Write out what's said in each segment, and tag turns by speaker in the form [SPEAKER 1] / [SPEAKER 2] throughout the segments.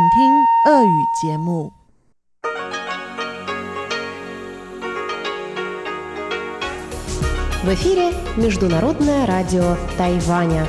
[SPEAKER 1] 听俄语节目。
[SPEAKER 2] В эфире Международное радио Тайваня.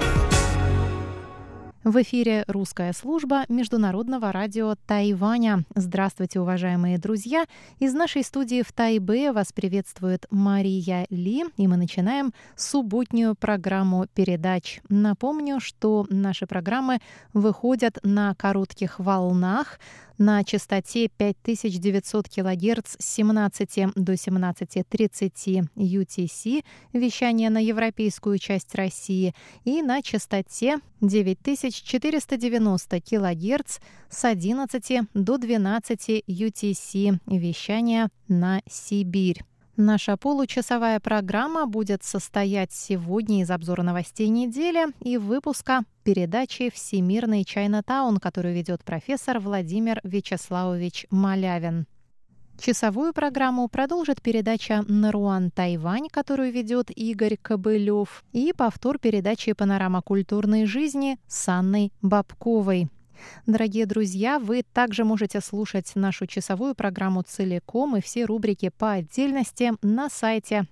[SPEAKER 3] В эфире русская служба Международного радио Тайваня. Здравствуйте, уважаемые друзья! Из нашей студии в Тайбе вас приветствует Мария Ли, и мы начинаем субботнюю программу передач. Напомню, что наши программы выходят на коротких волнах на частоте 5900 кГц с 17 до 17:30 UTC, вещание на европейскую часть России, и на частоте 9490 кГц с 11 до 12 UTC, вещание на Сибирь. Наша получасовая программа будет состоять сегодня из обзора новостей недели и выпуска передачи «Всемирный Чайнатаун», которую ведет профессор Владимир Вячеславович Малявин. Часовую программу продолжит передача «Наруан Тайвань», которую ведет Игорь Кобылев, и повтор передачи «Панорама культурной жизни» с Анной Бабковой. Дорогие друзья, вы также можете слушать нашу часовую программу целиком и все рубрики по отдельности на сайте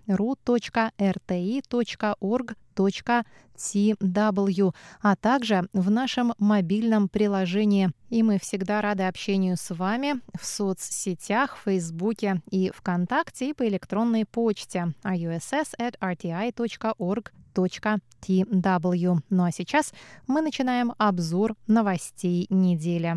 [SPEAKER 3] ru.rti.org.tw, а также в нашем мобильном приложении. И мы всегда рады общению с вами в соцсетях, в Фейсбуке и ВКонтакте, и по электронной почте iuss@rti.org.tw. Ну а сейчас мы начинаем обзор новостей недели.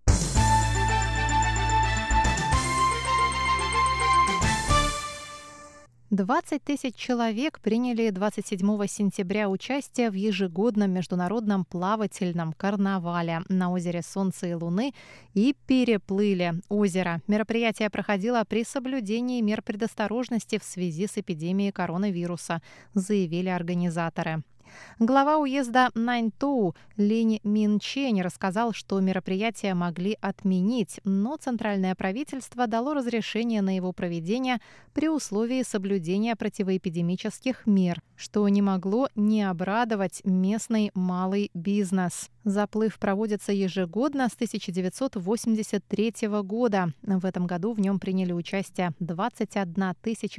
[SPEAKER 3] 20 тысяч человек приняли 27 сентября участие в ежегодном международном плавательном карнавале на озере Солнца и Луны и переплыли озеро. Мероприятие проходило при соблюдении мер предосторожности в связи с эпидемией коронавируса, заявили организаторы. Глава уезда Наньтоу Линь Минчень рассказал, что мероприятие могли отменить, но центральное правительство дало разрешение на его проведение при условии соблюдения противоэпидемических мер, что не могло не обрадовать местный малый бизнес. Заплыв проводится ежегодно с 1983 года. В этом году в нем приняли участие 21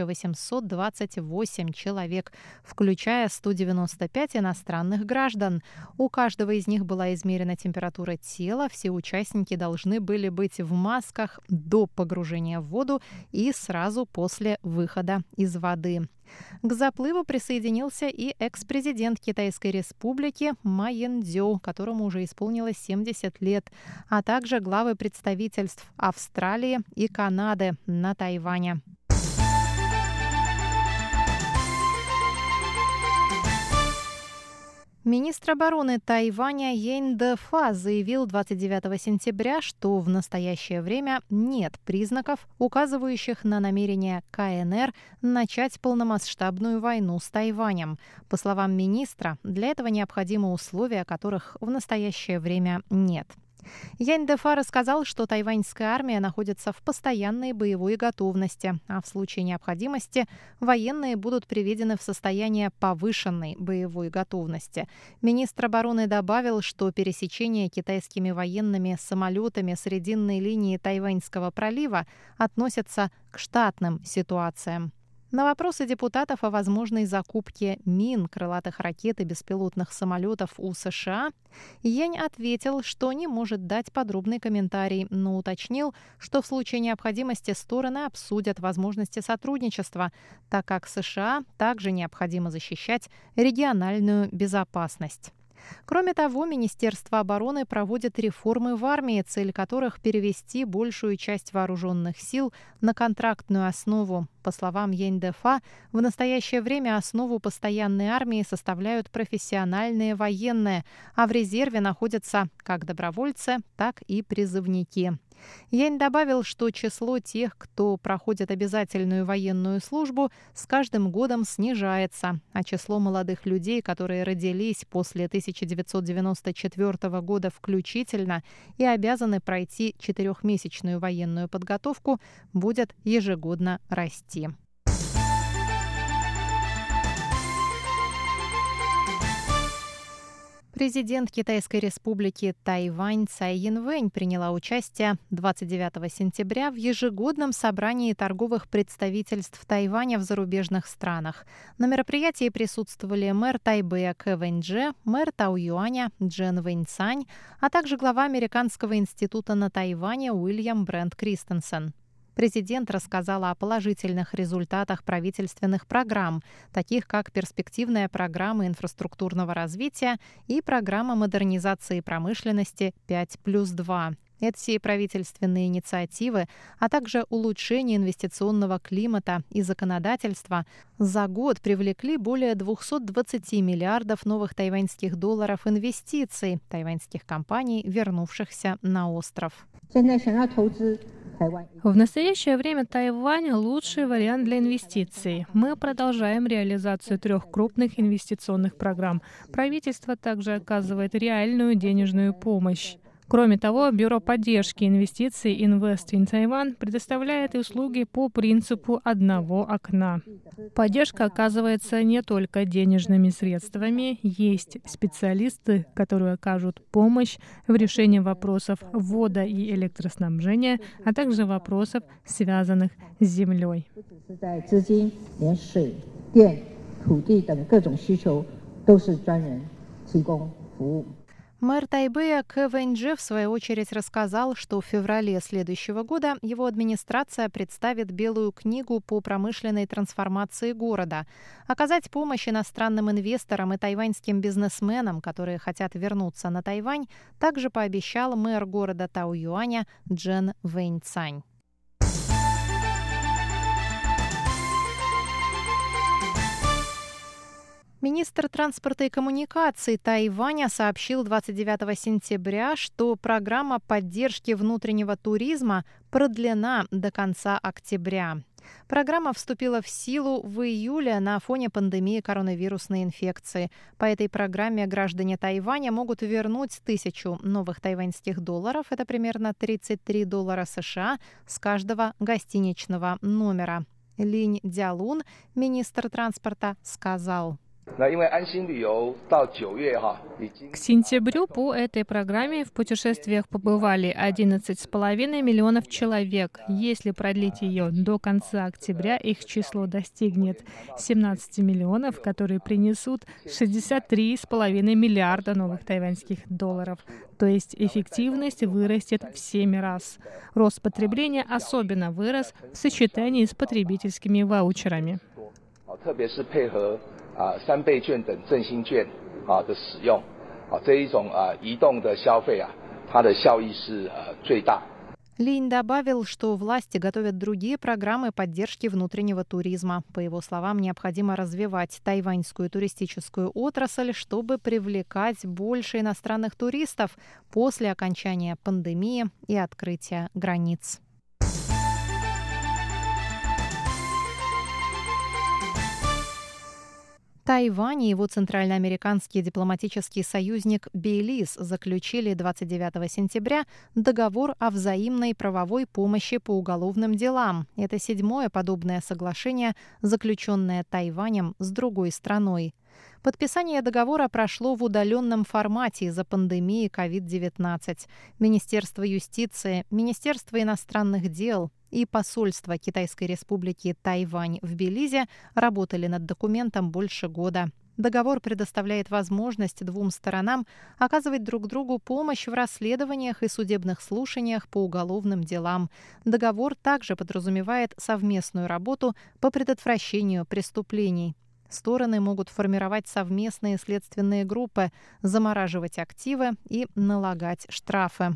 [SPEAKER 3] 828 человек, включая 195 иностранных граждан. У каждого из них была измерена температура тела. Все участники должны были быть в масках до погружения в воду и сразу после выхода из воды. К заплыву присоединился и экс-президент Китайской республики Ма Ян-дзю, которому уже исполнилось 70 лет, а также главы представительств Австралии и Канады на Тайване. Министр обороны Тайваня Йен Дэфа заявил 29 сентября, что в настоящее время нет признаков, указывающих на намерение КНР начать полномасштабную войну с Тайванем. По словам министра, для этого необходимы условия, которых в настоящее время нет. Йен Дэфа рассказал, что тайваньская армия находится в постоянной боевой готовности, а в случае необходимости военные будут приведены в состояние повышенной боевой готовности. Министр обороны добавил, что пересечение китайскими военными самолетами срединной линии Тайваньского пролива относятся к штатным ситуациям. На вопросы депутатов о возможной закупке мин, крылатых ракет и беспилотных самолетов у США Йен ответил, что не может дать подробный комментарий, но уточнил, что в случае необходимости стороны обсудят возможности сотрудничества, так как США также необходимо защищать региональную безопасность. Кроме того, Министерство обороны проводит реформы в армии, цель которых перевести большую часть вооруженных сил на контрактную основу. По словам Йен Дэфа, в настоящее время основу постоянной армии составляют профессиональные военные, а в резерве находятся как добровольцы, так и призывники. Йен добавил, что число тех, кто проходит обязательную военную службу, с каждым годом снижается, а число молодых людей, которые родились после 1994 года включительно и обязаны пройти 4-месячную военную подготовку, будет ежегодно расти. Президент Китайской республики Тайвань Цай Янвэнь приняла участие 29 сентября в ежегодном собрании торговых представительств Тайваня в зарубежных странах. На мероприятии присутствовали мэр Тайбэя Кэ Вэньчжэ, мэр Таоюаня Джен Вэньцань, а также глава Американского института на Тайване Уильям Брент Кристенсен. Президент рассказала о положительных результатах правительственных программ, таких как перспективная программа инфраструктурного развития и программа модернизации промышленности 5+2. Эти правительственные инициативы, а также улучшение инвестиционного климата и законодательства за год привлекли более 220 миллиардов новых тайваньских долларов инвестиций тайваньских компаний, вернувшихся на остров.
[SPEAKER 4] В настоящее время Тайвань – лучший вариант для инвестиций. Мы продолжаем реализацию 3 крупных инвестиционных программ. Правительство также оказывает реальную денежную помощь. Кроме того, Бюро поддержки инвестиций Invest in Taiwan предоставляет услуги по принципу одного окна. Поддержка оказывается не только денежными средствами, есть специалисты, которые окажут помощь в решении вопросов водо- и электроснабжения, а также вопросов, связанных с землей.
[SPEAKER 3] Мэр Тайбэя Кэ Вэньчжэ в свою очередь рассказал, что в феврале следующего года его администрация представит Белую книгу по промышленной трансформации города. Оказать помощь иностранным инвесторам и тайваньским бизнесменам, которые хотят вернуться на Тайвань, также пообещал мэр города Таоюаня Джен Вэньцань. Министр транспорта и коммуникаций Тайваня сообщил 29 сентября, что программа поддержки внутреннего туризма продлена до конца октября. Программа вступила в силу в июле на фоне пандемии коронавирусной инфекции. По этой программе граждане Тайваня могут вернуть 1000 новых тайваньских долларов, это примерно $33 США, с каждого гостиничного номера. Линь Дялун, министр транспорта, сказал:
[SPEAKER 4] К сентябрю по этой программе в путешествиях побывали 11,5 миллионов человек. Если продлить ее до конца октября, их число достигнет 17 миллионов, которые принесут 63,5 миллиарда новых тайваньских долларов. То есть эффективность вырастет в 7 раз. Рост потребления особенно вырос в сочетании с потребительскими ваучерами.
[SPEAKER 5] 3倍券等振兴券的使用，这一种移动的消费它的效益是最大。
[SPEAKER 3] Линь добавил, что власти готовят другие программы поддержки внутреннего туризма. По его словам, необходимо развивать тайваньскую туристическую отрасль, чтобы привлекать больше иностранных туристов после окончания пандемии и открытия границ. Тайвань и его центральноамериканский дипломатический союзник Белиз заключили 29 сентября договор о взаимной правовой помощи по уголовным делам. Это 7-е подобное соглашение, заключенное Тайванем с другой страной. Подписание договора прошло в удаленном формате из-за пандемии COVID-19. Министерство юстиции, Министерство иностранных дел и посольство Китайской республики Тайвань в Белизе работали над документом больше года. Договор предоставляет возможность двум сторонам оказывать друг другу помощь в расследованиях и судебных слушаниях по уголовным делам. Договор также подразумевает совместную работу по предотвращению преступлений. Стороны могут формировать совместные следственные группы, замораживать активы и налагать штрафы.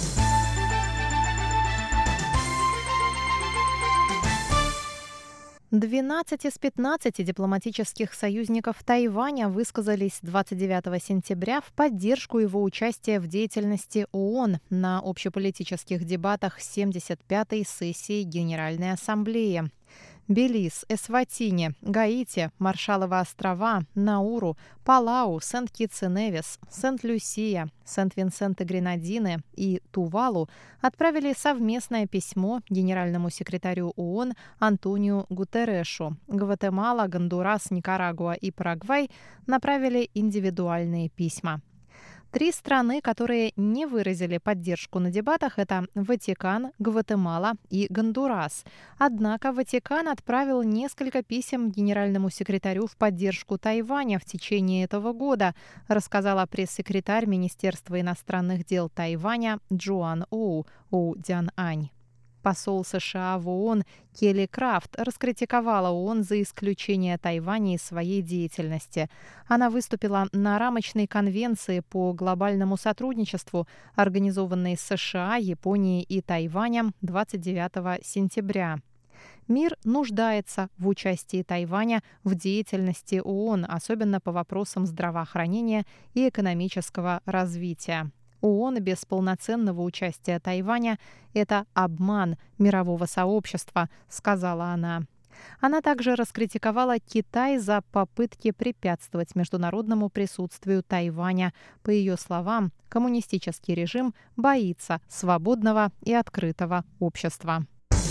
[SPEAKER 3] 12 из 15 дипломатических союзников Тайваня высказались 29 сентября в поддержку его участия в деятельности ООН на общеполитических дебатах 75-й сессии Генеральной Ассамблеи. Белиз, Эсватини, Гаити, Маршалловы острова, Науру, Палау, Сент-Китс и Невис, Сент-Люсия, Сент-Винсент и Гренадины и Тувалу отправили совместное письмо генеральному секретарю ООН Антониу Гутеррешу. Гватемала, Гондурас, Никарагуа и Парагвай направили индивидуальные письма. 3 страны, которые не выразили поддержку на дебатах, это Ватикан, Гватемала и Гондурас. Однако Ватикан отправил несколько писем генеральному секретарю в поддержку Тайваня в течение этого года, рассказала пресс-секретарь Министерства иностранных дел Тайваня Джоан Оу Дянань. Посол США в ООН Келли Крафт раскритиковала ООН за исключение Тайваня из своей деятельности. Она выступила на рамочной конвенции по глобальному сотрудничеству, организованной США, Японией и Тайванем 29 сентября. Мир нуждается в участии Тайваня в деятельности ООН, особенно по вопросам здравоохранения и экономического развития. ООН без полноценного участия Тайваня – это обман мирового сообщества, сказала она. Она также раскритиковала Китай за попытки препятствовать международному присутствию Тайваня. По ее словам, коммунистический режим боится свободного и открытого общества.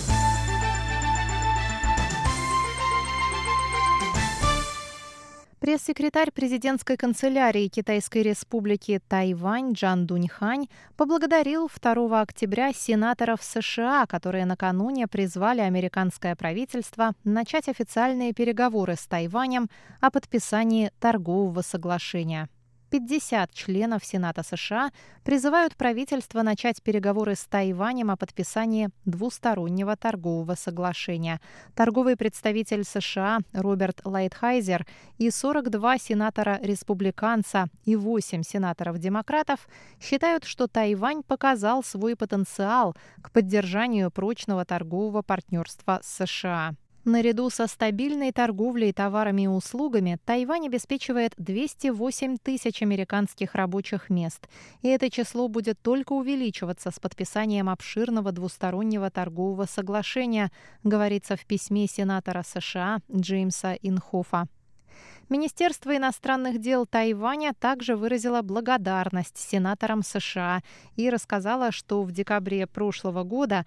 [SPEAKER 3] Пресс-секретарь президентской канцелярии Китайской республики Тайвань Джан Дуньхань поблагодарил 2 октября сенаторов США, которые накануне призвали американское правительство начать официальные переговоры с Тайванем о подписании торгового соглашения. 50 членов Сената США призывают правительство начать переговоры с Тайванем о подписании двустороннего торгового соглашения. Торговый представитель США Роберт Лайтхайзер и 42 сенатора-республиканца и 8 сенаторов-демократов считают, что Тайвань показал свой потенциал к поддержанию прочного торгового партнерства с США. Наряду со стабильной торговлей товарами и услугами Тайвань обеспечивает 208 тысяч американских рабочих мест. И это число будет только увеличиваться с подписанием обширного двустороннего торгового соглашения, говорится в письме сенатора США Джеймса Инхофа. Министерство иностранных дел Тайваня также выразило благодарность сенаторам США и рассказало, что в декабре прошлого года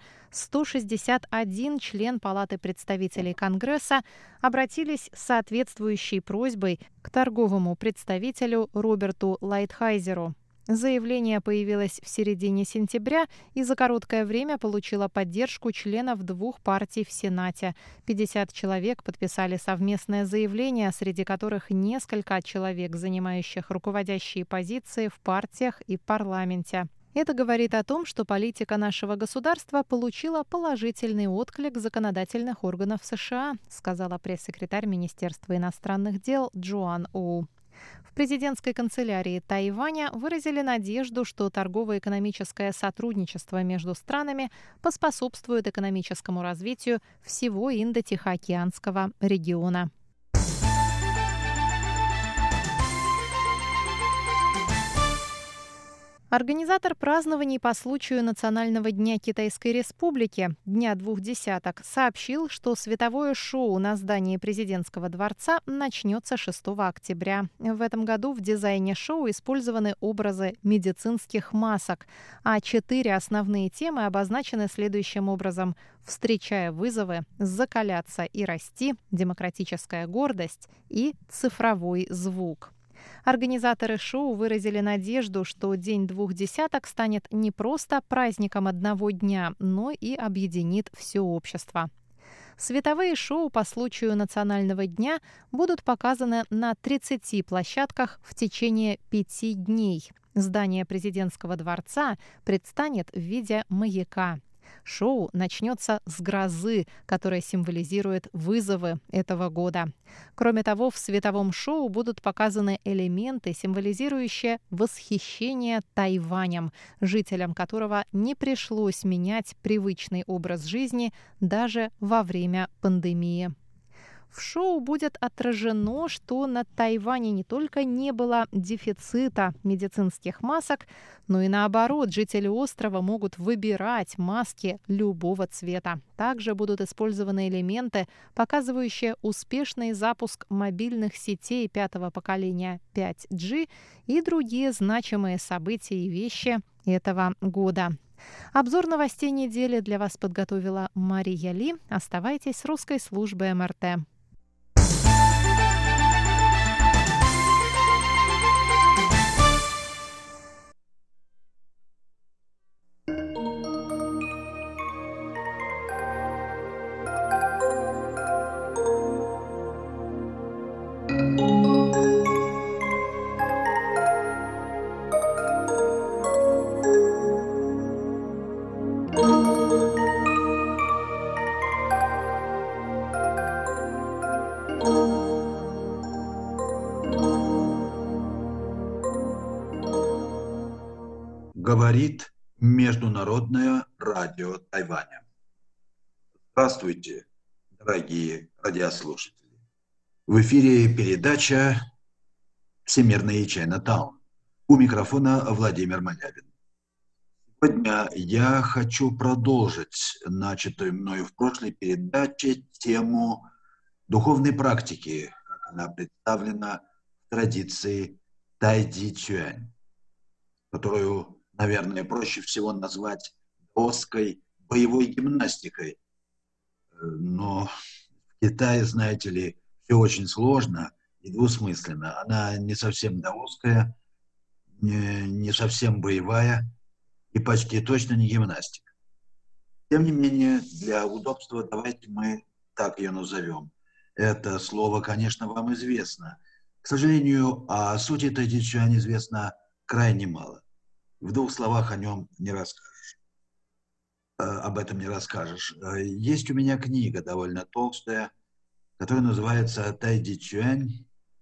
[SPEAKER 3] 161 член Палаты представителей Конгресса обратились с соответствующей просьбой к торговому представителю Роберту Лайтхайзеру. Заявление появилось в середине сентября и за короткое время получило поддержку членов 2 партий в Сенате. 50 человек подписали совместное заявление, среди которых несколько человек, занимающих руководящие позиции в партиях и парламенте. Это говорит о том, что политика нашего государства получила положительный отклик законодательных органов США, сказала пресс-секретарь Министерства иностранных дел Джоан Оу. В президентской канцелярии Тайваня выразили надежду, что торгово-экономическое сотрудничество между странами поспособствует экономическому развитию всего Индо-Тихоокеанского региона. Организатор празднований по случаю Национального дня Китайской Республики, Дня двух десяток, сообщил, что световое шоу на здании президентского дворца начнется 6 октября. В этом году в дизайне шоу использованы образы медицинских масок, а 4 основные темы обозначены следующим образом: «Встречая вызовы», «Закаляться и расти», «Демократическая гордость» и «Цифровой звук». Организаторы шоу выразили надежду, что День двух десяток станет не просто праздником одного дня, но и объединит все общество. Световые шоу по случаю Национального дня будут показаны на 30 площадках в течение 5 дней. Здание президентского дворца предстанет в виде маяка. Шоу начнется с грозы, которая символизирует вызовы этого года. Кроме того, в световом шоу будут показаны элементы, символизирующие восхищение Тайванем, жителям которого не пришлось менять привычный образ жизни даже во время пандемии. В шоу будет отражено, что на Тайване не только не было дефицита медицинских масок, но и наоборот, жители острова могут выбирать маски любого цвета. Также будут использованы элементы, показывающие успешный запуск мобильных сетей 5-го поколения 5G и другие значимые события и вещи этого года. Обзор новостей недели для вас подготовила Мария Ли. Оставайтесь с русской службой МРТ.
[SPEAKER 6] Говорит Международное радио Тайваня. Здравствуйте, дорогие радиослушатели. В эфире передача «Всемирный Чайнатаун». У микрофона Владимир Малявин. Сегодня я хочу продолжить начатую мною в прошлой передаче тему духовной практики, как она представлена в традиции Тайди Чуань, которую, наверное, проще всего назвать даосской боевой гимнастикой. Но в Китае, знаете ли, все очень сложно и двусмысленно. Она не совсем даосская, не совсем боевая и почти точно не гимнастика. Тем не менее, для удобства давайте мы так ее назовем. Это слово, конечно, вам известно. К сожалению, о сути Тайди Чуань известно крайне мало. В двух словах о нем не расскажешь. Об этом не расскажешь. Есть у меня книга довольно толстая, которая называется «Тайди Чуань.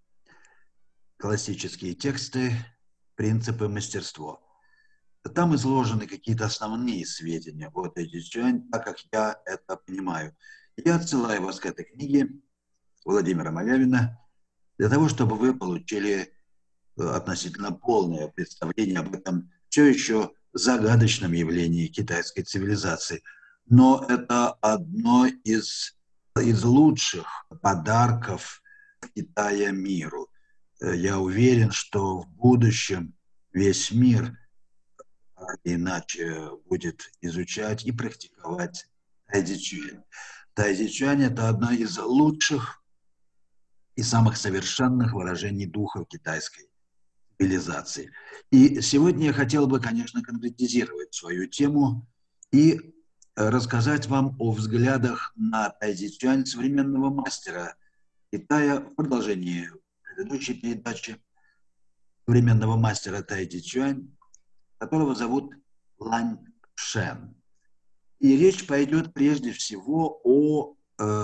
[SPEAKER 6] Классические тексты, принципы, мастерство». Там изложены какие-то основные сведения о Тайди Чуань, так как я это понимаю. Я отсылаю вас к этой книге Владимира Малявина для того, чтобы вы получили относительно полное представление об этом все еще загадочном явлении китайской цивилизации. Но это одно из лучших подарков Китая миру. Я уверен, что в будущем весь мир так или иначе будет изучать и практиковать Тайди Чуань. Тайди Чуань – это одно из лучших и самых совершенных выражений духа китайской цивилизации. И сегодня я хотел бы, конечно, конкретизировать свою тему и рассказать вам о взглядах на Тайди Чуань современного мастера Китая в продолжении предыдущей передачи, современного мастера Тайди Чуань, которого зовут Лань Шен. И речь пойдет прежде всего о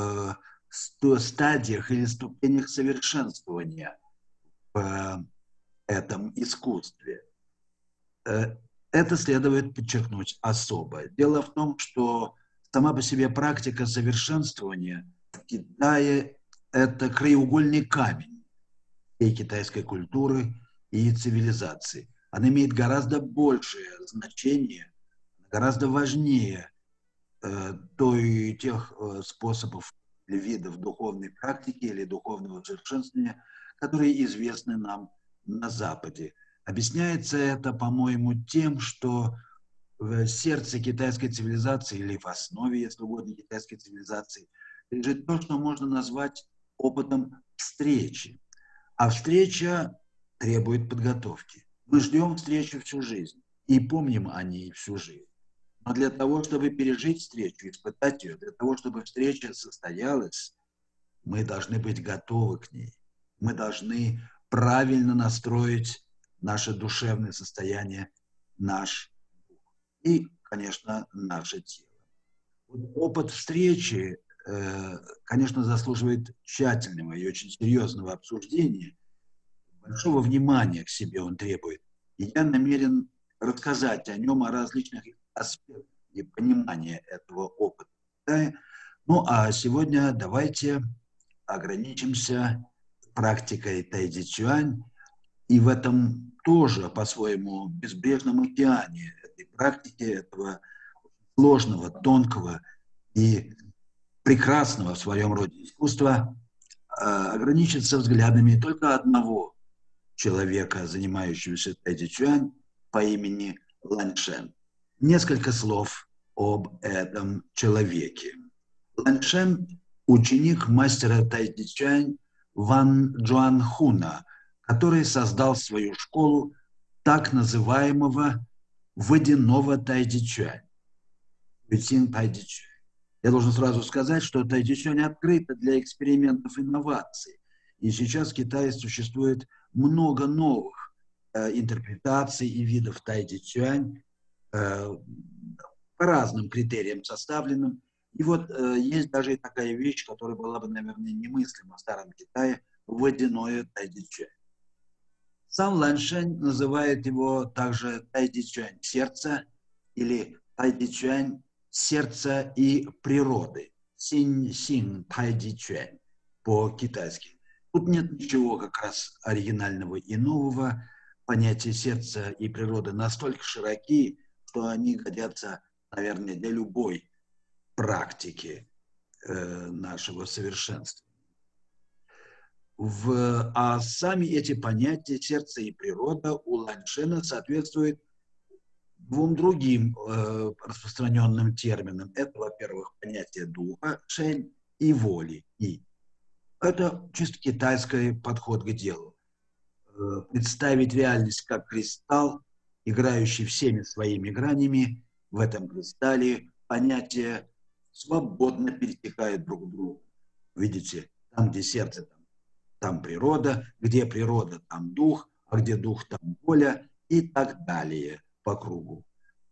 [SPEAKER 6] стадиях или ступенях совершенствования в этом искусстве. Это следует подчеркнуть особо. Дело в том, что сама по себе практика совершенствования в Китае – это краеугольный камень всей китайской культуры и цивилизации. Она имеет гораздо большее значение, гораздо важнее тех способов или видов духовной практики или духовного совершенствования, которые известны нам на Западе. Объясняется это, по-моему, тем, что в сердце китайской цивилизации или в основе, если угодно, китайской цивилизации лежит то, что можно назвать опытом встречи. А встреча требует подготовки. Мы ждем встречи всю жизнь и помним о ней всю жизнь. Но для того, чтобы пережить встречу, испытать ее, для того, чтобы встреча состоялась, мы должны быть готовы к ней. Мы должны правильно настроить наше душевное состояние, наш дух и, конечно, наше тело. Опыт встречи, конечно, заслуживает тщательного и очень серьезного обсуждения. Большого внимания к себе он требует. И я намерен рассказать о нем, о различных аспектах и понимания этого опыта. Ну, а сегодня давайте ограничимся практикой Тайди Чуань и в этом тоже по-своему безбрежном океане этой практики, этого сложного, тонкого и прекрасного в своем роде искусства ограничиться взглядами только одного человека, занимающегося Тайди Чуань по имени Лань Шен. Несколько слов об этом человеке. Лань Шен – ученик мастера Тайди Чуань Ван Джуанхуна, который создал свою школу так называемого водяного Тайди Чуань. Я должен сразу сказать, что Тайди Чуань открыта для экспериментов и инноваций. И сейчас в Китае существует много новых интерпретаций и видов Тайди Чуань, по разным критериям составленным. И вот есть даже и такая вещь, которая была бы, наверное, немыслима в Старом Китае – водяное Тайди Чуань. Сам Ланшань называет его также тайдичуань – сердце, или тайдичуань – сердце и природы. Синь тайдичуань по-китайски. Тут нет ничего как раз оригинального и нового. Понятия сердца и природы настолько широки, что они годятся, наверное, для любой практики нашего совершенства. А сами эти понятия сердце и природа у Ланшена соответствуют двум другим распространенным терминам. Это, во-первых, понятие духа, шэнь, и воли, и. Это чисто китайский подход к делу. Представить реальность как кристалл, играющий всеми своими гранями. В этом кристалле понятия свободно перетекают друг к другу. Видите, там, где сердце, там природа, где природа, там дух, а где дух, там воля и так далее по кругу.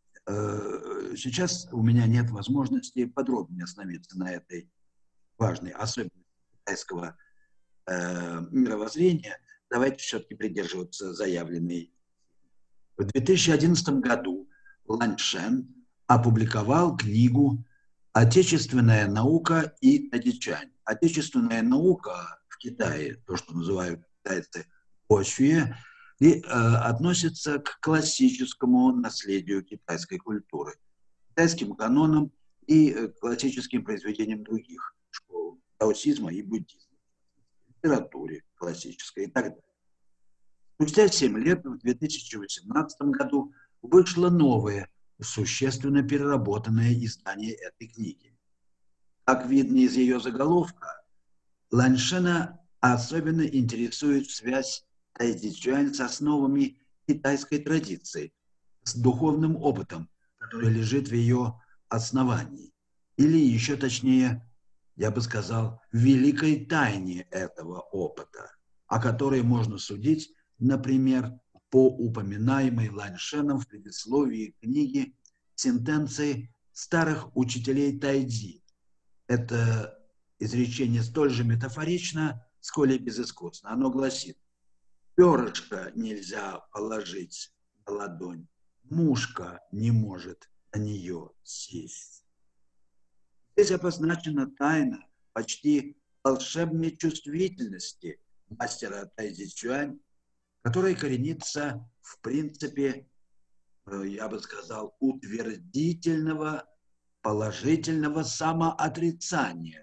[SPEAKER 6] Сейчас у меня нет возможности подробнее остановиться на этой важной особенности китайского мировоззрения. Давайте все-таки придерживаться заявленной. В 2011 году Ланшен опубликовал книгу «Отечественная наука и тайдичуань». Отечественная наука в Китае, то, что называют китайцы «бошюэ», и относится к классическому наследию китайской культуры, китайским канонам и классическим произведениям других школ даосизма и буддизма, литературе классической и так далее. Спустя 7 лет, в 2018 году, вышло новое, существенно переработанное издание этой книги. Как видно из ее заголовка, Ланшена особенно интересует связь тайдичуань с основами китайской традиции, с духовным опытом, который лежит в ее основании. Или еще точнее, я бы сказал, в великой тайне этого опыта, о которой можно судить, например, по упоминаемой Ланшеном в предисловии книги сентенции старых учителей тайцзи. Это изречение столь же метафорично, сколь и безыскусно. Оно гласит: перышко нельзя положить на ладонь, мушка не может на нее сесть. Здесь обозначена тайна почти волшебной чувствительности мастера тайцзи-чуань, которая коренится в принципе, я бы сказал, утвердительного, положительного самоотрицания,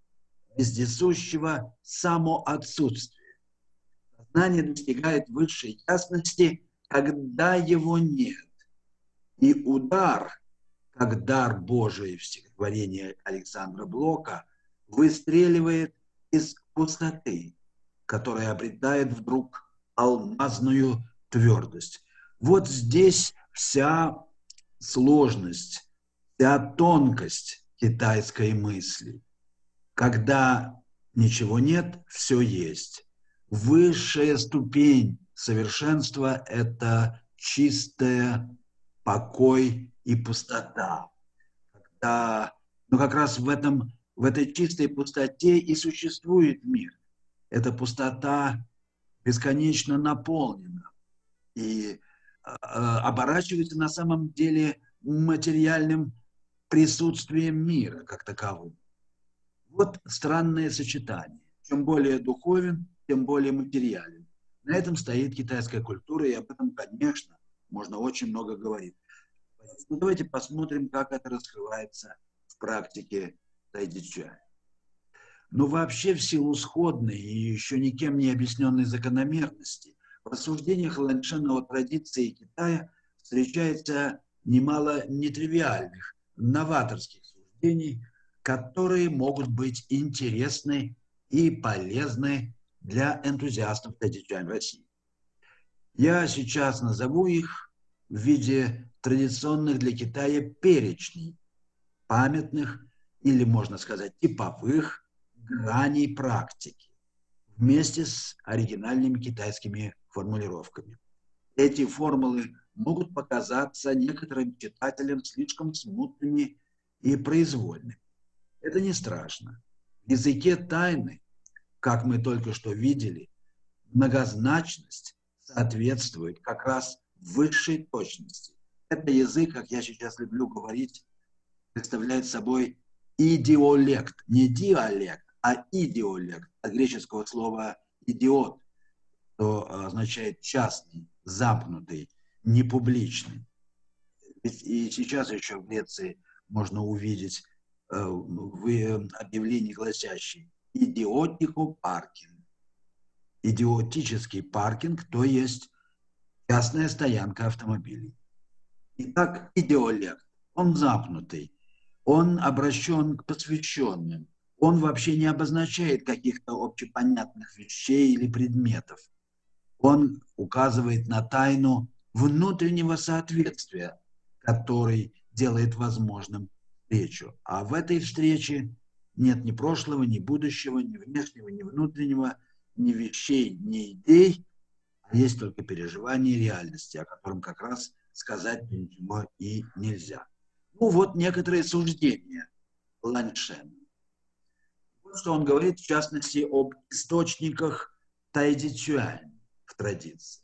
[SPEAKER 6] вездесущего самоотсутствия. Сознание достигает высшей ясности, когда его нет. И удар, как дар Божий в стихотворении Александра Блока, выстреливает из пустоты, которая обретает вдруг алмазную твердость. Вот здесь вся сложность, вся тонкость китайской мысли. Когда ничего нет, все есть. Высшая ступень совершенства – это чистая покой и пустота. Когда, как раз в этой чистой пустоте и существует мир. Эта пустота бесконечно наполнена и оборачивается на самом деле материальным присутствием мира как таковым. Вот странное сочетание. Чем более духовен, тем более материален. На этом стоит китайская культура, и об этом, конечно, можно очень много говорить. Но давайте посмотрим, как это раскрывается в практике тайцзи-чуань. Но вообще в силу сходной и еще никем не объясненной закономерности в рассуждениях Ланшена о традиции Китая встречается немало нетривиальных, новаторских суждений, которые могут быть интересны и полезны для энтузиастов тайцзи-чуань в России. Я сейчас назову их в виде традиционных для Китая перечней, памятных или, можно сказать, типовых граней практики, вместе с оригинальными китайскими формулировками. Эти формулы могут показаться некоторым читателям слишком смутными и произвольными. Это не страшно. В языке тайны, как мы только что видели, многозначность соответствует как раз высшей точности. Это язык, как я сейчас люблю говорить, представляет собой идиолект, не диалект, а идиолект, от греческого слова идиот, что означает частный, замкнутый, непубличный. И сейчас еще в Греции можно увидеть объявление, гласящее «идиотико паркинг». Идиотический паркинг, то есть частная стоянка автомобилей. Итак, идиолект, он замкнутый, он обращен к посвященным, он вообще не обозначает каких-то общепонятных вещей или предметов. Он указывает на тайну внутреннего соответствия, который делает возможным встречу. А в этой встрече нет ни прошлого, ни будущего, ни внешнего, ни внутреннего, ни вещей, ни идей, а есть только переживание реальности, о котором как раз сказать ничего и нельзя. Ну вот некоторые суждения Ланьшена. Вот что он говорит, в частности, об источниках тайдзи-цюань в традиции.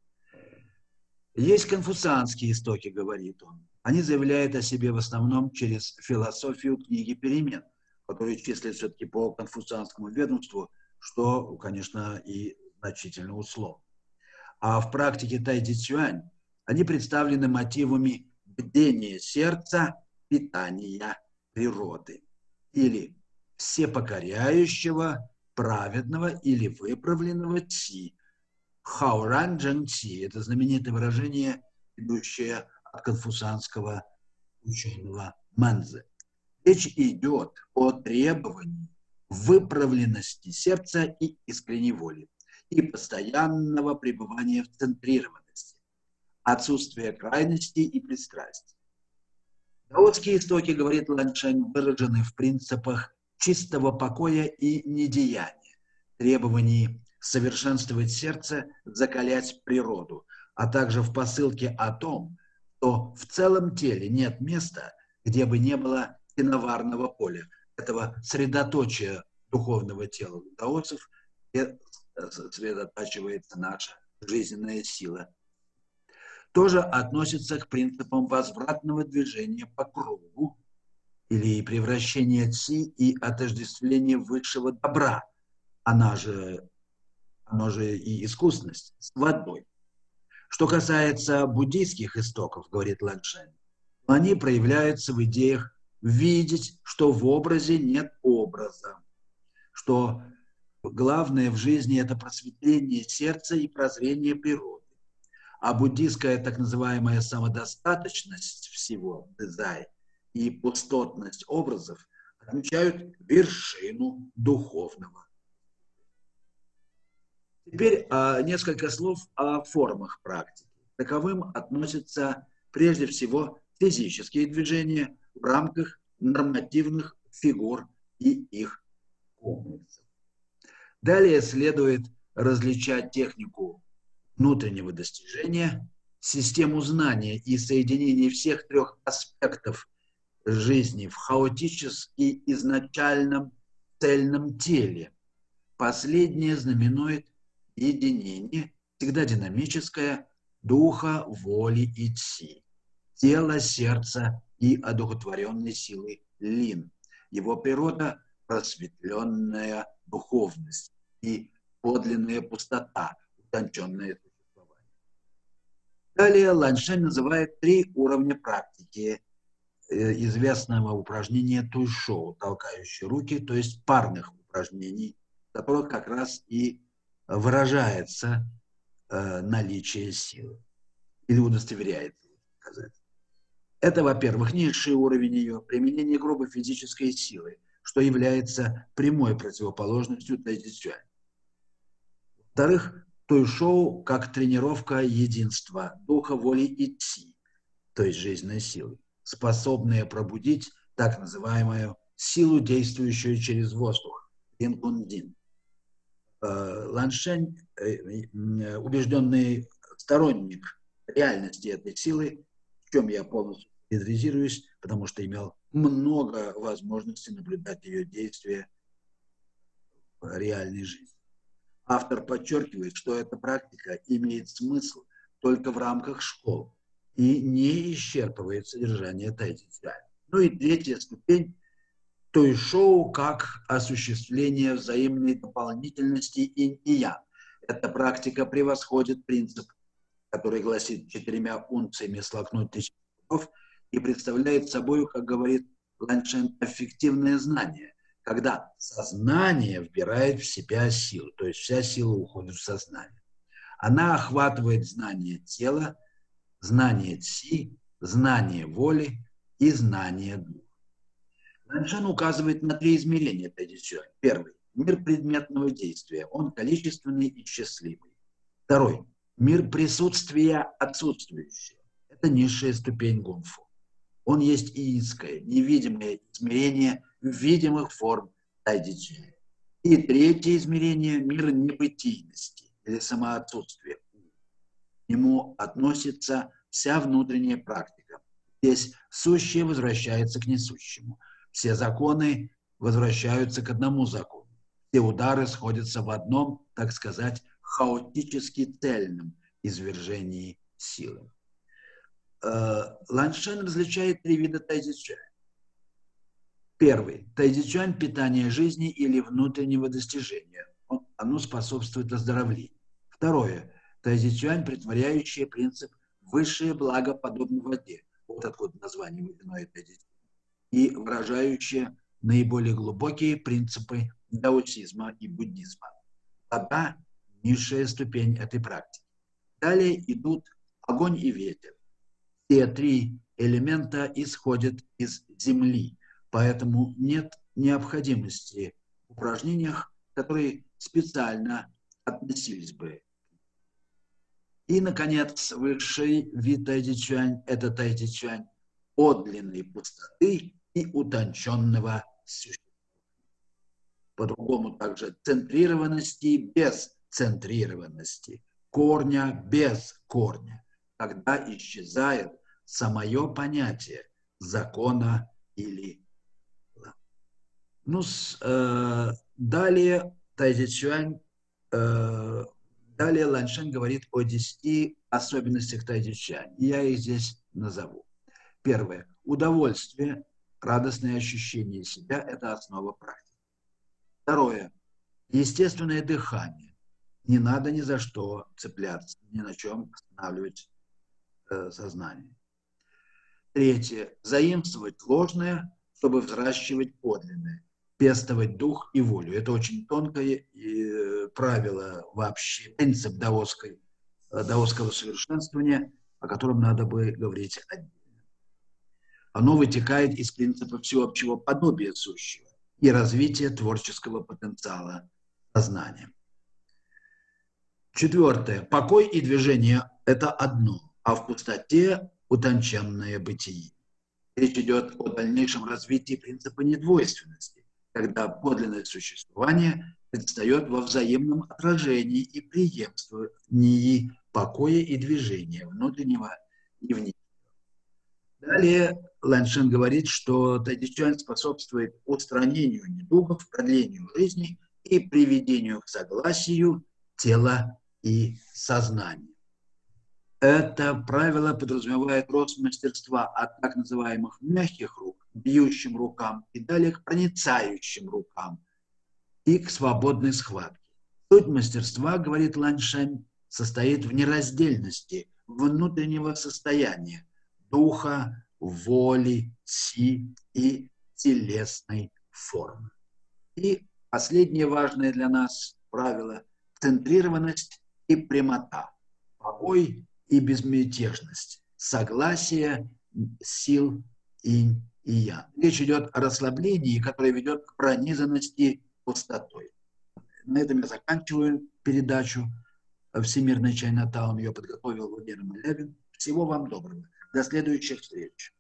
[SPEAKER 6] Есть конфуцианские истоки, говорит он. Они заявляют о себе в основном через философию книги «Перемен», которая числится все-таки по конфуцианскому ведомству, что, конечно, и значительно условно. А в практике тайдзи-цюань они представлены мотивами бдения сердца, питания природы или всепокоряющего, праведного или выправленного ци. Хаоран джэн ци – это знаменитое выражение, идущее от конфуцианского ученого Мэнзе. Речь идет о требовании выправленности сердца и искренней воли и постоянного пребывания в центрированности, отсутствия крайностей и пристрастий. Даосские истоки, говорит Ланьшань, выражены в принципах чистого покоя и недеяния, требовании совершенствовать сердце, закалять природу, а также в посылке о том, что в целом теле нет места, где бы не было киноварного поля, этого средоточия духовного тела у даосов, где сосредотачивается наша жизненная сила. Тоже относится к принципам возвратного движения по кругу или превращения ци и отождествления высшего добра, оно же и искусность, с водой. Что касается буддийских истоков, говорит Ланьшань, они проявляются в идеях видеть, что в образе нет образа, что главное в жизни – это просветление сердца и прозрение природы. А буддийская так называемая самодостаточность всего, дзай, и пустотность образов отмечают вершину духовного. Теперь несколько слов о формах практики. Таковым относятся прежде всего физические движения в рамках нормативных фигур и их комплексов. Далее следует различать технику внутреннего достижения, систему знания и соединение всех трех аспектов жизни в хаотически изначальном цельном теле. Последнее знаменует единение, всегда динамическое, духа, воли и ци, тела, сердца и одухотворенной силы лин. Его природа – просветленная духовность и подлинная пустота, утонченное существование. Далее Ланьшань называет 3 уровня практики известного упражнения туйшоу, толкающие руки, то есть парных упражнений, в которых как раз и выражается наличие силы или удостоверяется, сказать. Это, во-первых, низший уровень ее, применение грубой физической силы, что является прямой противоположностью тайдзи-цюань. Во-вторых, туйшоу как тренировка единства, духа, воли и ци, то есть жизненной силы, способная пробудить так называемую силу, действующую через воздух, дин-кун-дин. Ланьшань, убежденный сторонник реальности этой силы, в чем я полностью солидаризируюсь, потому что имел много возможностей наблюдать ее действия в реальной жизни. Автор подчеркивает, что эта практика имеет смысл только в рамках школ и не исчерпывает содержание тайцзи-чуань. Ну и третья ступень тойшоу как осуществление взаимной дополнительности инь и ян. Эта практика превосходит принцип, который гласит 4 унциями слакнуть 1000 пудов и представляет собой, как говорит Ланьшен, эффективное знание, когда сознание вбирает в себя силу, то есть вся сила уходит в сознание. Она охватывает знание тела, знание ци, знание воли и знание духа. Ланьшен указывает на 3 измерения тайцзи-чуань. Первый – мир предметного действия, он количественный и счастливый. Второй – мир присутствия отсутствующего, это низшая ступень гунфу. Он есть иинское, невидимое измерение видимых форм тайцзи-чуань. И третье измерение – мир небытийности или самоотсутствия. К нему относится вся внутренняя практика. Здесь сущее возвращается к несущему. Все законы возвращаются к одному закону. Все удары сходятся в одном, так сказать, хаотически цельном извержении силы. Ланьшен различает 3 вида тайцзи-чуань. Первый – тайцзи-чуань питания жизни или внутреннего достижения. Оно способствует оздоровлению. Второе – тайцзи-чуань, притворяющее принцип высшее благо подобно воде. Вот откуда название водяное тайцзи-чуань. И выражающее наиболее глубокие принципы даосизма и буддизма. Вода – низшая ступень этой практики. Далее идут огонь и ветер. Все 3 элемента исходят из земли, поэтому нет необходимости в упражнениях, которые специально относились бы. И, наконец, высший вид тайцзи-чуань – это тайцзи-чуань подлинной пустоты и утонченного существа. По-другому также центрированности без центрированности, корня без корня, когда исчезает самое понятие закона или далее тайцзи-чуань, далее Ланьшен говорит о 10 особенностях тайцзи-чуань. Я их здесь назову. Первое. Удовольствие, радостное ощущение себя – это основа практики. Второе. Естественное дыхание. Не надо ни за что цепляться, ни на чем останавливать сознание. Третье. Заимствовать ложное, чтобы взращивать подлинное. Пестовать дух и волю. Это очень тонкое правило вообще, принцип даосского совершенствования, о котором надо бы говорить отдельно. Оно вытекает из принципа всеобщего подобия сущего и развития творческого потенциала сознания. Четвертое. Покой и движение – это одно, а в пустоте – утонченное бытие. Речь идет о дальнейшем развитии принципа недвойственности, когда подлинное существование предстает во взаимном отражении и преемствовании покоя и движения внутреннего и внешнего. Далее Ланьшен говорит, что тайцзи-чуань способствует устранению недугов, продлению жизни и приведению к согласию тела и сознания. Это правило подразумевает рост мастерства от так называемых мягких рук к бьющим рукам и далее к проницающим рукам и к свободной схватке. Суть мастерства, говорит Ланьшен, состоит в нераздельности внутреннего состояния, духа, воли, ци и телесной формы. И последнее важное для нас правило – центрированность и прямота, покой и безмятежность, согласие сил инь и ян. Речь идет о расслаблении, которое ведет к пронизанности пустотой. На этом я заканчиваю передачу «Всемирный Чайнатаун». Ее подготовил Владимир Малявин. Всего вам доброго. До следующих встреч.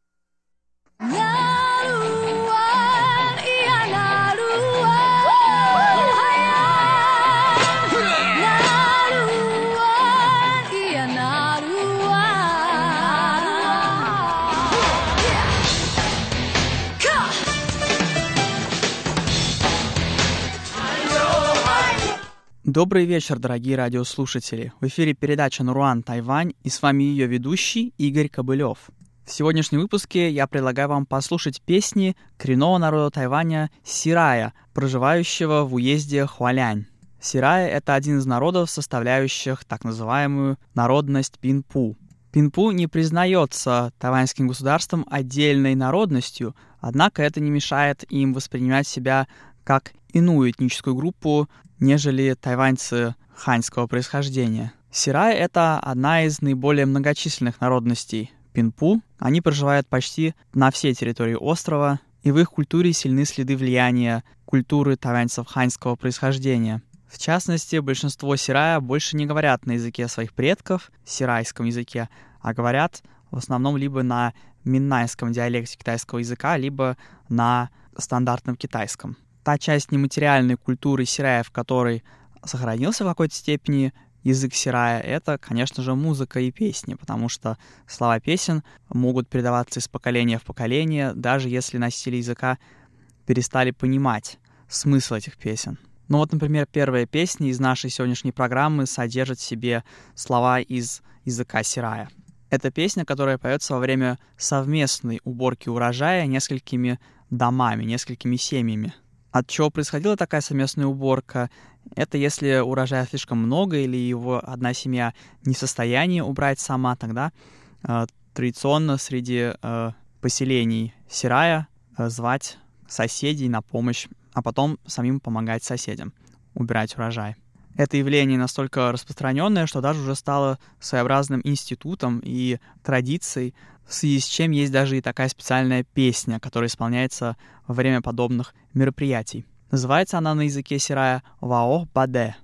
[SPEAKER 7] Добрый вечер, дорогие радиослушатели. В эфире передача «Наруан Тайвань» и с вами ее ведущий Игорь Кобылев. В сегодняшнем выпуске я предлагаю вам послушать песни коренного народа Тайваня Сирая, проживающего в уезде Хуалянь. Сирая — это один из народов, составляющих так называемую народность Пинпу. Пинпу не признается тайваньским государством отдельной народностью, однако это не мешает им воспринимать себя как иную этническую группу, нежели тайваньцы ханьского происхождения. Сирай — это одна из наиболее многочисленных народностей Пинпу. Они проживают почти на всей территории острова, и в их культуре сильны следы влияния культуры тайваньцев ханьского происхождения. В частности, большинство сирая больше не говорят на языке своих предков, сирайском языке, а говорят в основном либо на миннайском диалекте китайского языка, либо на стандартном китайском. Та часть нематериальной культуры сирая, в которой сохранился в какой-то степени язык сирая, это, конечно же, музыка и песни, потому что слова песен могут передаваться из поколения в поколение, даже если носители языка перестали понимать смысл этих песен. Ну вот, например, первая песня из нашей сегодняшней программы содержит в себе слова из языка сирая. Это песня, которая поется во время совместной уборки урожая несколькими домами, несколькими семьями. От чего происходила такая совместная уборка? Это если урожая слишком много или его одна семья не в состоянии убрать сама, тогда традиционно среди поселений сирая звать соседей на помощь, а потом самим помогать соседям убирать урожай. Это явление настолько распространенное, что даже уже стало своеобразным институтом и традицией, в связи с чем есть даже и такая специальная песня, которая исполняется во время подобных мероприятий. Называется она на языке сирая «Вао Баде».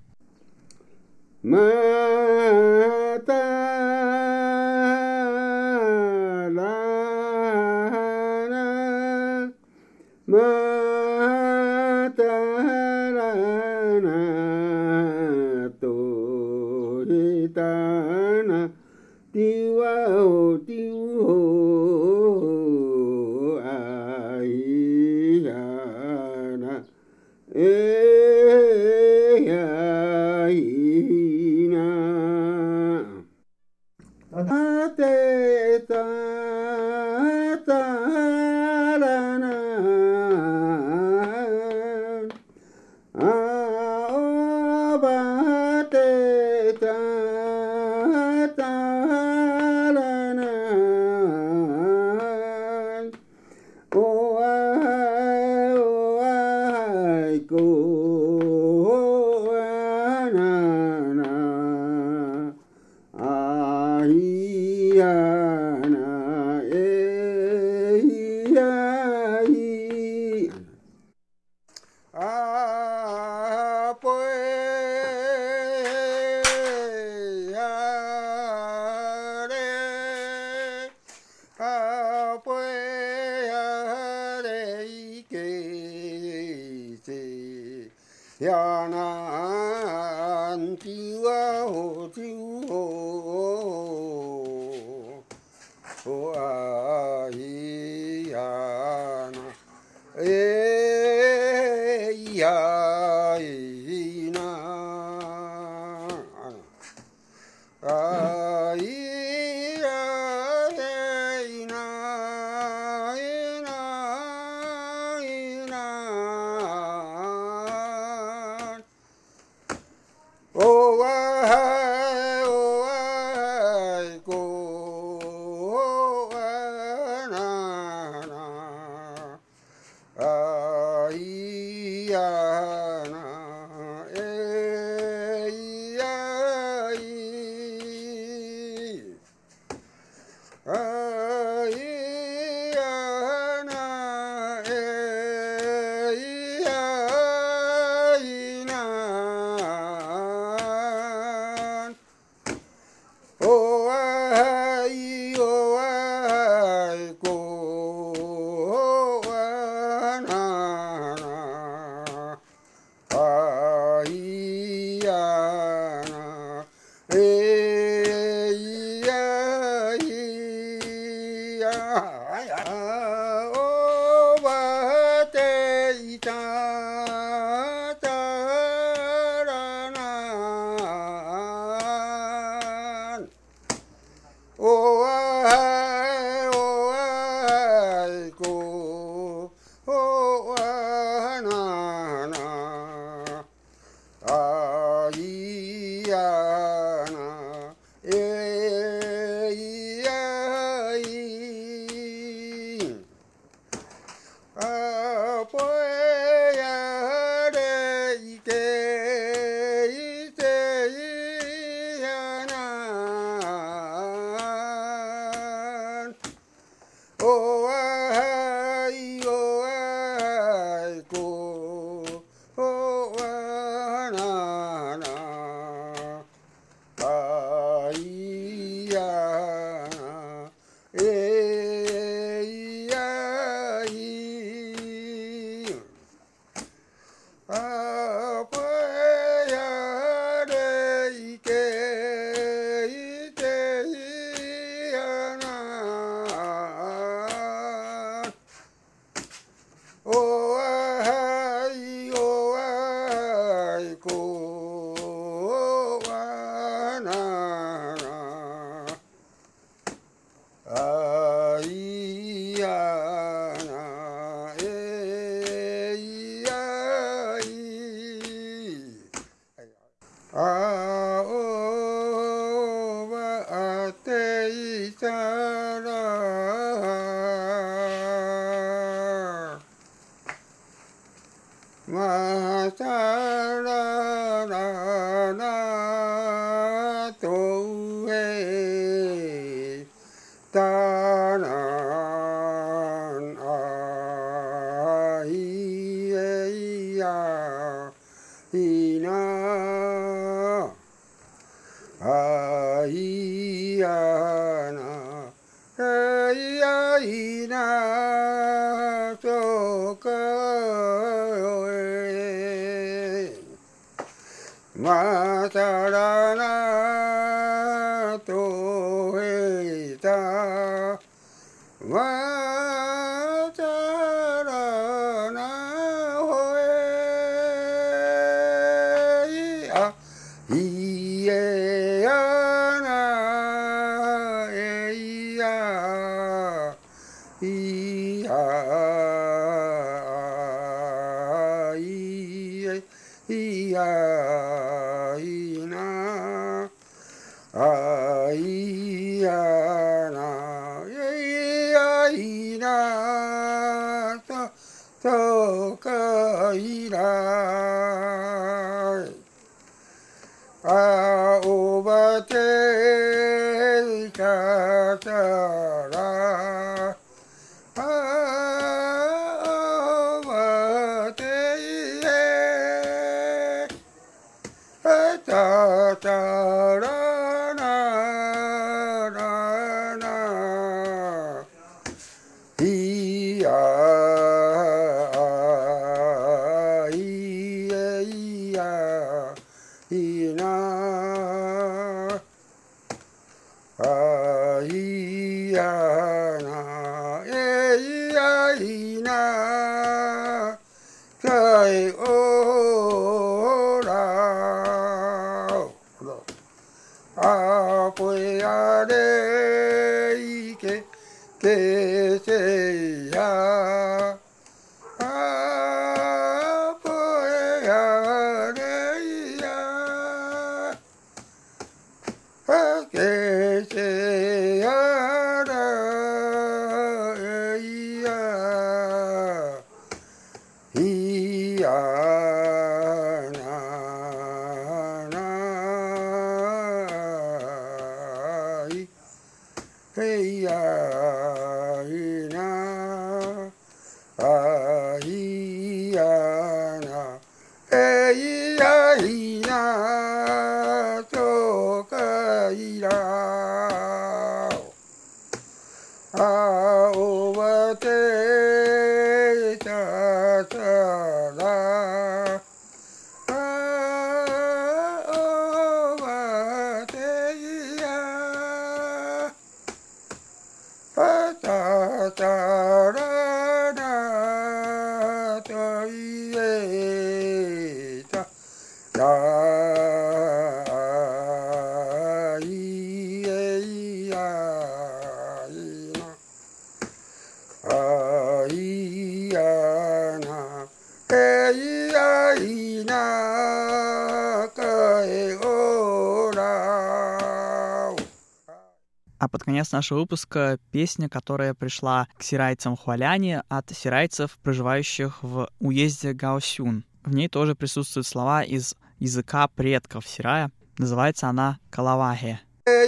[SPEAKER 7] А под конец нашего выпуска песня, которая пришла к сирайцам Хуаляне от сирайцев, проживающих в уезде Гаосюн. В ней тоже присутствуют слова из языка предков Сирая. Называется она «Калавахе».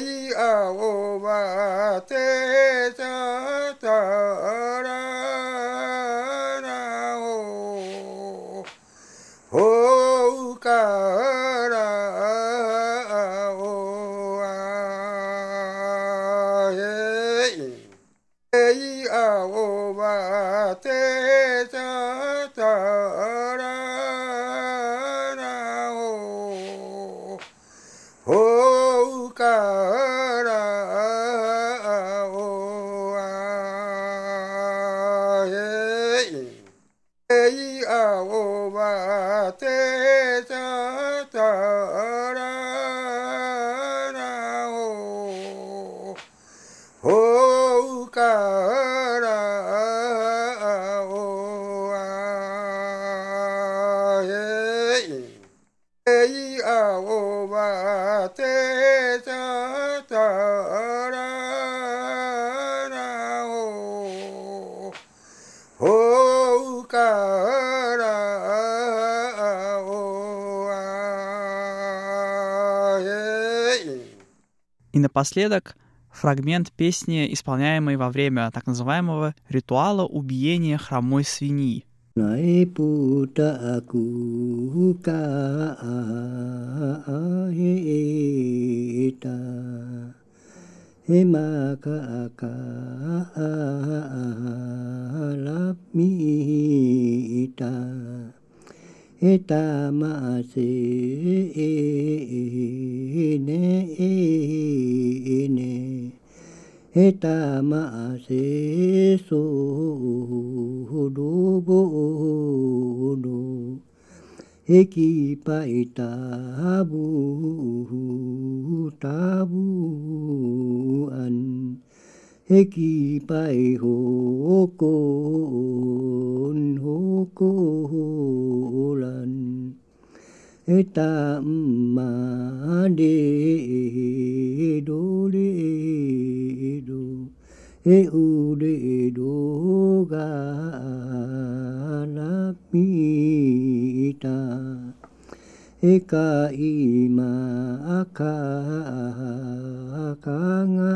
[SPEAKER 7] И напоследок фрагмент песни, исполняемой во время так называемого ритуала убиения хромой свиньи.
[SPEAKER 8] Eta maase ene eta maase so do bo do eki paita bu tabu an eki pai hokolan eta ma de do e u de do ga la pita eka ima aka nga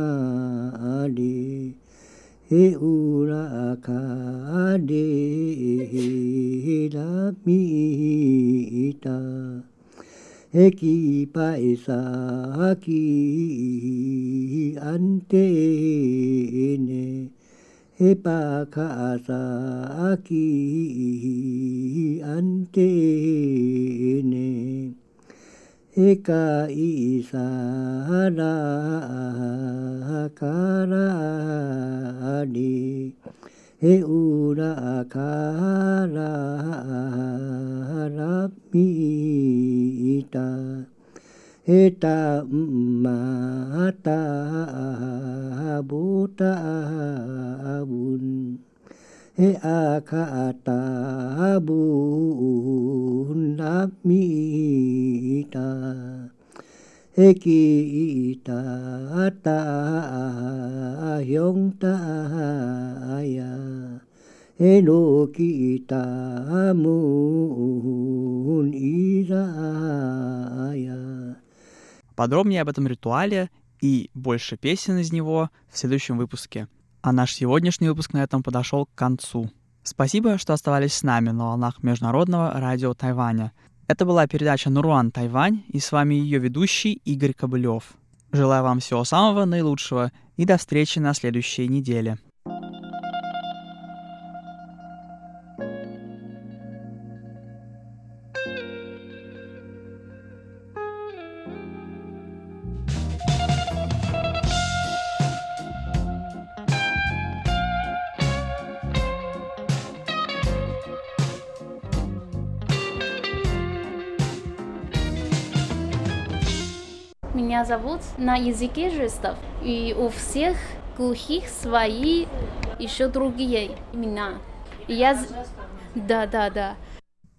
[SPEAKER 8] ade e ura aka de la pita eki paisa ki ante ne Epa kaasa ki ante ne eka isa la kara de e ura kara rapita eta mata buta bun e akata bun namita ekita ta hyong ta ya eno kita mun izaya.
[SPEAKER 7] Подробнее об этом ритуале и больше песен из него в следующем выпуске. А наш сегодняшний выпуск на этом подошел к концу. Спасибо, что оставались с нами на волнах Международного радио Тайваня. Это была передача «Наруан Тайвань», и с вами ее ведущий Игорь Кобылев. Желаю вам всего самого наилучшего и до встречи на следующей неделе.
[SPEAKER 9] Меня зовут на языке жестов, и у всех глухих свои еще другие имена. Да.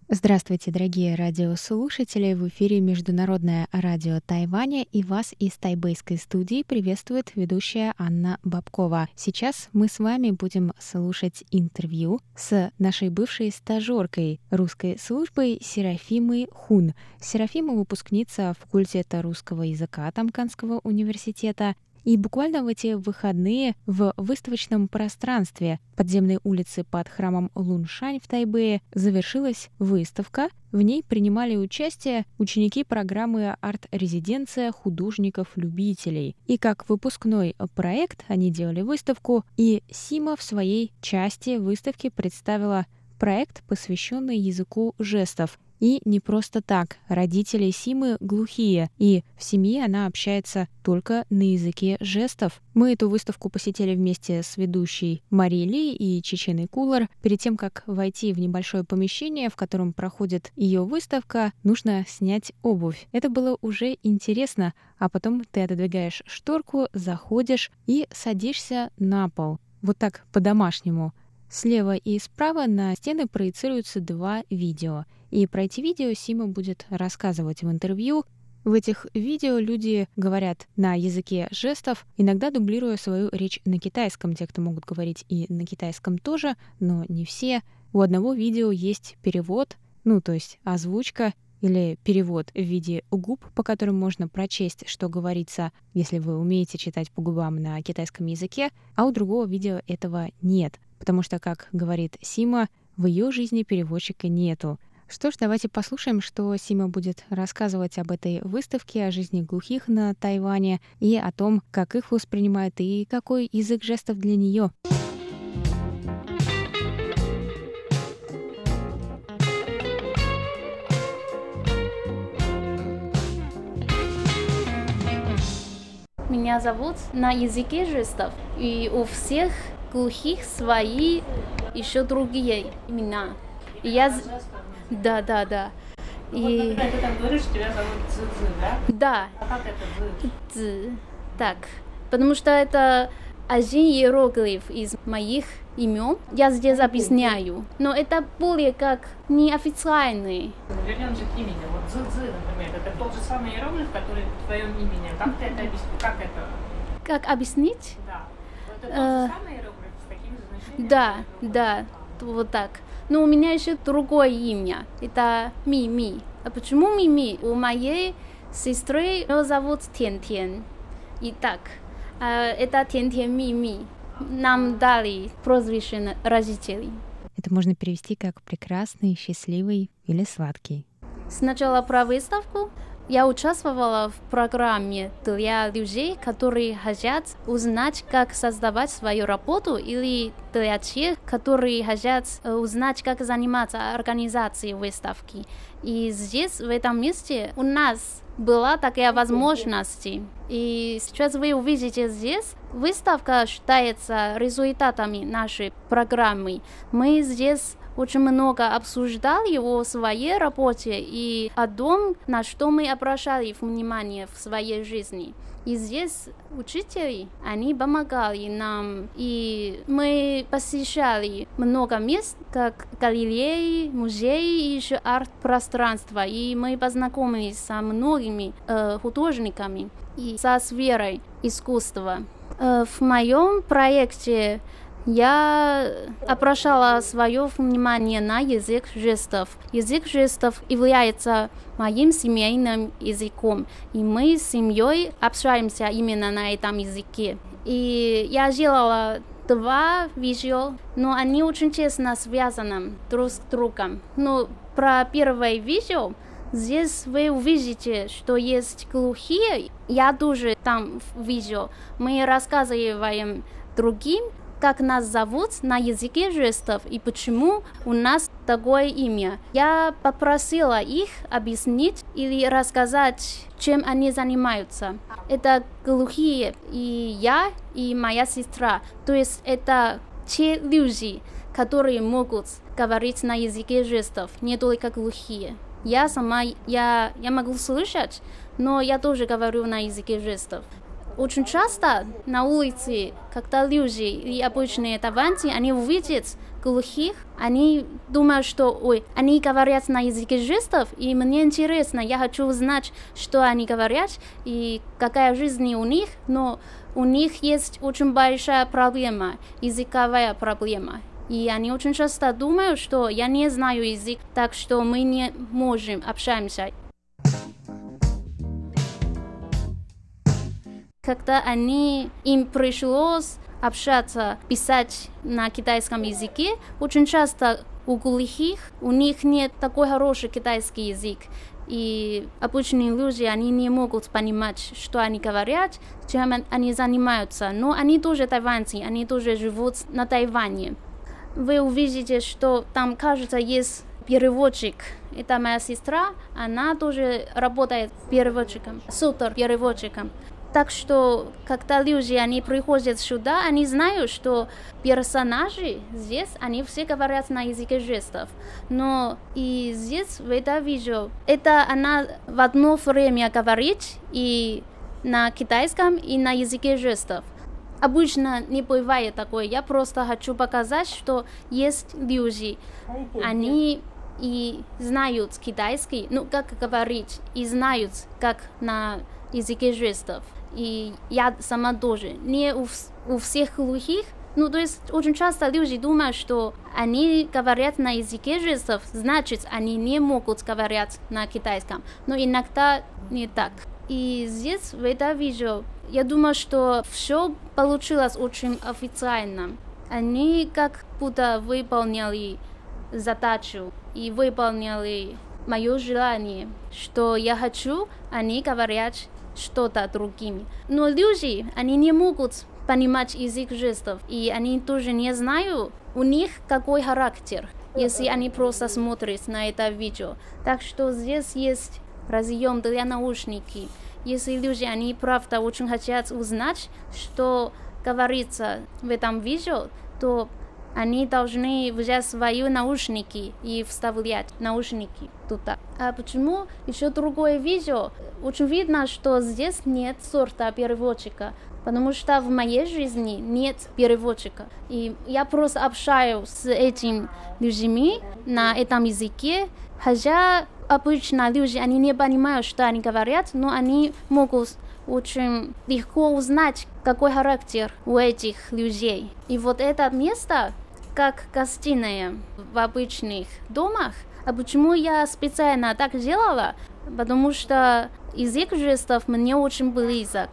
[SPEAKER 3] Здравствуйте, дорогие радиослушатели! В эфире Международное радио Тайваня, и вас из тайбэйской студии приветствует ведущая Анна Бабкова. Сейчас мы с вами будем слушать интервью с нашей бывшей стажеркой русской службы Серафимой Хун. Серафима — выпускница факультета русского языка Тамканского университета. И буквально в эти выходные в выставочном пространстве подземной улицы под храмом Луншань в Тайбэе завершилась выставка. В ней принимали участие ученики программы «Арт-резиденция художников-любителей». И как выпускной проект они делали выставку, и Сима в своей части выставки представила проект, посвященный языку жестов. И не просто так. Родители Симы глухие, и в семье она общается только на языке жестов. Мы эту выставку посетили вместе с ведущей Марией Ли и Чеченой Кулар. Перед тем, как войти в небольшое помещение, в котором проходит ее выставка, нужно снять обувь. Это было уже интересно, а потом ты отодвигаешь шторку, заходишь и садишься на пол. Вот так по-домашнему. Слева и справа на стены проецируются 2 видео. И про эти видео Сима будет рассказывать в интервью. В этих видео люди говорят на языке жестов, иногда дублируя свою речь на китайском. Те, кто могут говорить и на китайском тоже, но не все. У одного видео есть перевод, то есть озвучка, или перевод в виде губ, по которым можно прочесть, что говорится, если вы умеете читать по губам на китайском языке, а у другого видео этого нет. Потому что, как говорит Сима, в ее жизни переводчика нету. Что ж, давайте послушаем, что Сима будет рассказывать об этой выставке, о жизни глухих на Тайване и о том, как их воспринимают и какой язык жестов для нее.
[SPEAKER 9] Меня зовут на языке жестов, и у всех глухих свои еще другие имена. Да. И...
[SPEAKER 10] Когда ты так говоришь, тебя зовут Цзы, да?
[SPEAKER 9] Да.
[SPEAKER 10] А как это
[SPEAKER 9] Цзы? Так, потому что это один иероглиф из моих имен. Я здесь объясняю, но это более как неофициальный.
[SPEAKER 10] Вернемся к имени. Вот Цзы, например, это тот же самый иероглиф, который в твоем имени. Как ты это объяснишь?
[SPEAKER 9] Как объяснить?
[SPEAKER 10] Да. Это тот же самый иероглиф с такими же значениями?
[SPEAKER 9] Да, вот так. Но у меня еще другое имя. Это Ми. А почему Ми? У моей сестры ее зовут Тен. Итак, это Тен Ми. Нам дали прозвище родителей.
[SPEAKER 3] Это можно перевести как «прекрасный», «счастливый» или «сладкий».
[SPEAKER 9] Сначала про выставку. Я участвовала в программе для людей, которые хотят узнать, как создавать свою работу, или для тех, которые хотят узнать, как заниматься организацией выставки. И здесь, в этом месте, у нас была такая возможность. И сейчас вы увидите здесь, выставка считается результатами нашей программы. Мы здесь очень много обсуждали о своей работе и о том, на что мы обращали внимание в своей жизни. И здесь учители, они помогали нам, и мы посещали много мест, как галереи, музеи и еще арт-пространства, и мы познакомились со многими художниками и со сферой искусства. В моем проекте я обращала свое внимание на язык жестов. Язык жестов является моим семейным языком, и мы с семьей общаемся именно на этом языке. И я делала 2 видео, но они очень тесно связаны друг с другом. Но про первое видео здесь вы увидите, что есть глухие. Я тоже там в видео. Мы рассказываем другим, как нас зовут на языке жестов и почему у нас такое имя. Я попросила их объяснить или рассказать, чем они занимаются. Это глухие и я, и моя сестра. То есть это те люди, которые могут говорить на языке жестов, не только глухие. Я сама, я могу слышать, но я тоже говорю на языке жестов. Очень часто на улице, когда люди и обычные тайваньцы, они увидят глухих, они думают, что они говорят на языке жестов, и мне интересно, я хочу узнать, что они говорят и какая жизнь у них, но у них есть очень большая проблема, языковая проблема. И они очень часто думают, что я не знаю язык, так что мы не можем общаться. Когда им пришлось общаться, писать на китайском языке, очень часто у глухих у них нет такой хороший китайский язык. И обычные люди, они не могут понимать, что они говорят, чем они занимаются. Но они тоже тайваньцы, они тоже живут на Тайване. Вы увидите, что там, кажется, есть переводчик. Это моя сестра, она тоже работает переводчиком, супер-переводчиком. Так что, когда люди, они приходят сюда, они знают, что персонажи здесь, они все говорят на языке жестов. Но и здесь, в этом видео, это она в одно время говорит и на китайском, и на языке жестов. Обычно не бывает такое. Я просто хочу показать, что есть люди, они и знают китайский, как говорить, и знают, как на языке жестов. И я сама тоже. Не у всех глухих. То есть очень часто люди думают, что они говорят на языке жестов, значит, они не могут говорить на китайском. Но иногда не так. И здесь, в этом видео, я думаю, что все получилось очень официально. Они как будто выполняли задачу и выполняли мое желание, что я хочу, они говорят что-то другими. Но люди, они не могут понимать язык жестов, и они тоже не знают, у них какой характер, если они просто смотрят на это видео. Так что здесь есть разъем для наушников. Если люди, они правда очень хотят узнать, что говорится в этом видео, то они должны взять свои наушники и вставлять наушники туда. А почему еще другое видео? Очень видно, что здесь нет сорта переводчика, потому что в моей жизни нет переводчика. И я просто общаюсь с этими людьми на этом языке, хотя обычно люди, они не понимают, что они говорят, но они могут очень легко узнать, какой характер у этих людей. И вот это место, как гостиная в обычных домах. А почему я специально так делала? Потому что язык жестов мне очень близок.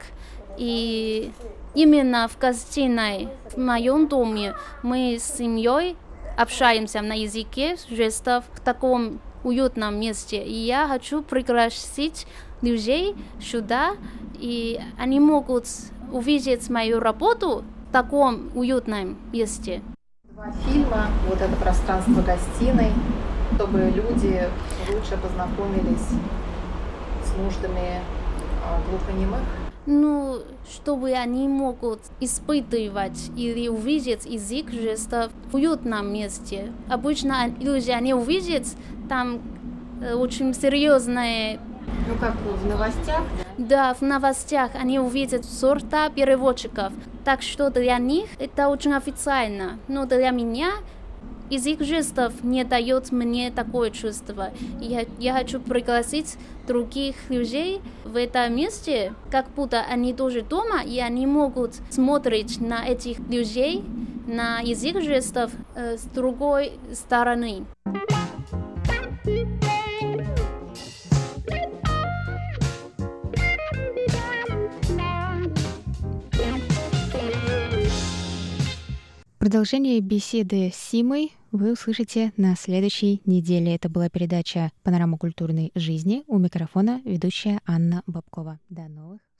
[SPEAKER 9] И именно в гостиной, в моем доме, мы с семьей общаемся на языке жестов в таком уютном месте. И я хочу пригласить людей сюда, и они могут увидеть мою работу в таком уютном месте.
[SPEAKER 3] Два фильма, вот это пространство гостиной, чтобы люди лучше познакомились с нуждами глухонемых.
[SPEAKER 9] Чтобы они могут испытывать или увидеть язык жестов в уютном месте. Обычно люди, они увидят там очень серьезные...
[SPEAKER 3] как в новостях?
[SPEAKER 9] Да, в новостях они увидят сорта переводчиков. Так что для них это очень официально. Но для меня язык жестов не дает мне такое чувство. Я хочу пригласить других людей в этом месте, как будто они тоже дома, и они могут смотреть на этих людей, на язык жестов с другой стороны.
[SPEAKER 2] Продолжение беседы с Симой вы услышите на следующей неделе. Это была передача «Панорама культурной жизни». У микрофона ведущая Анна Бабкова. До новых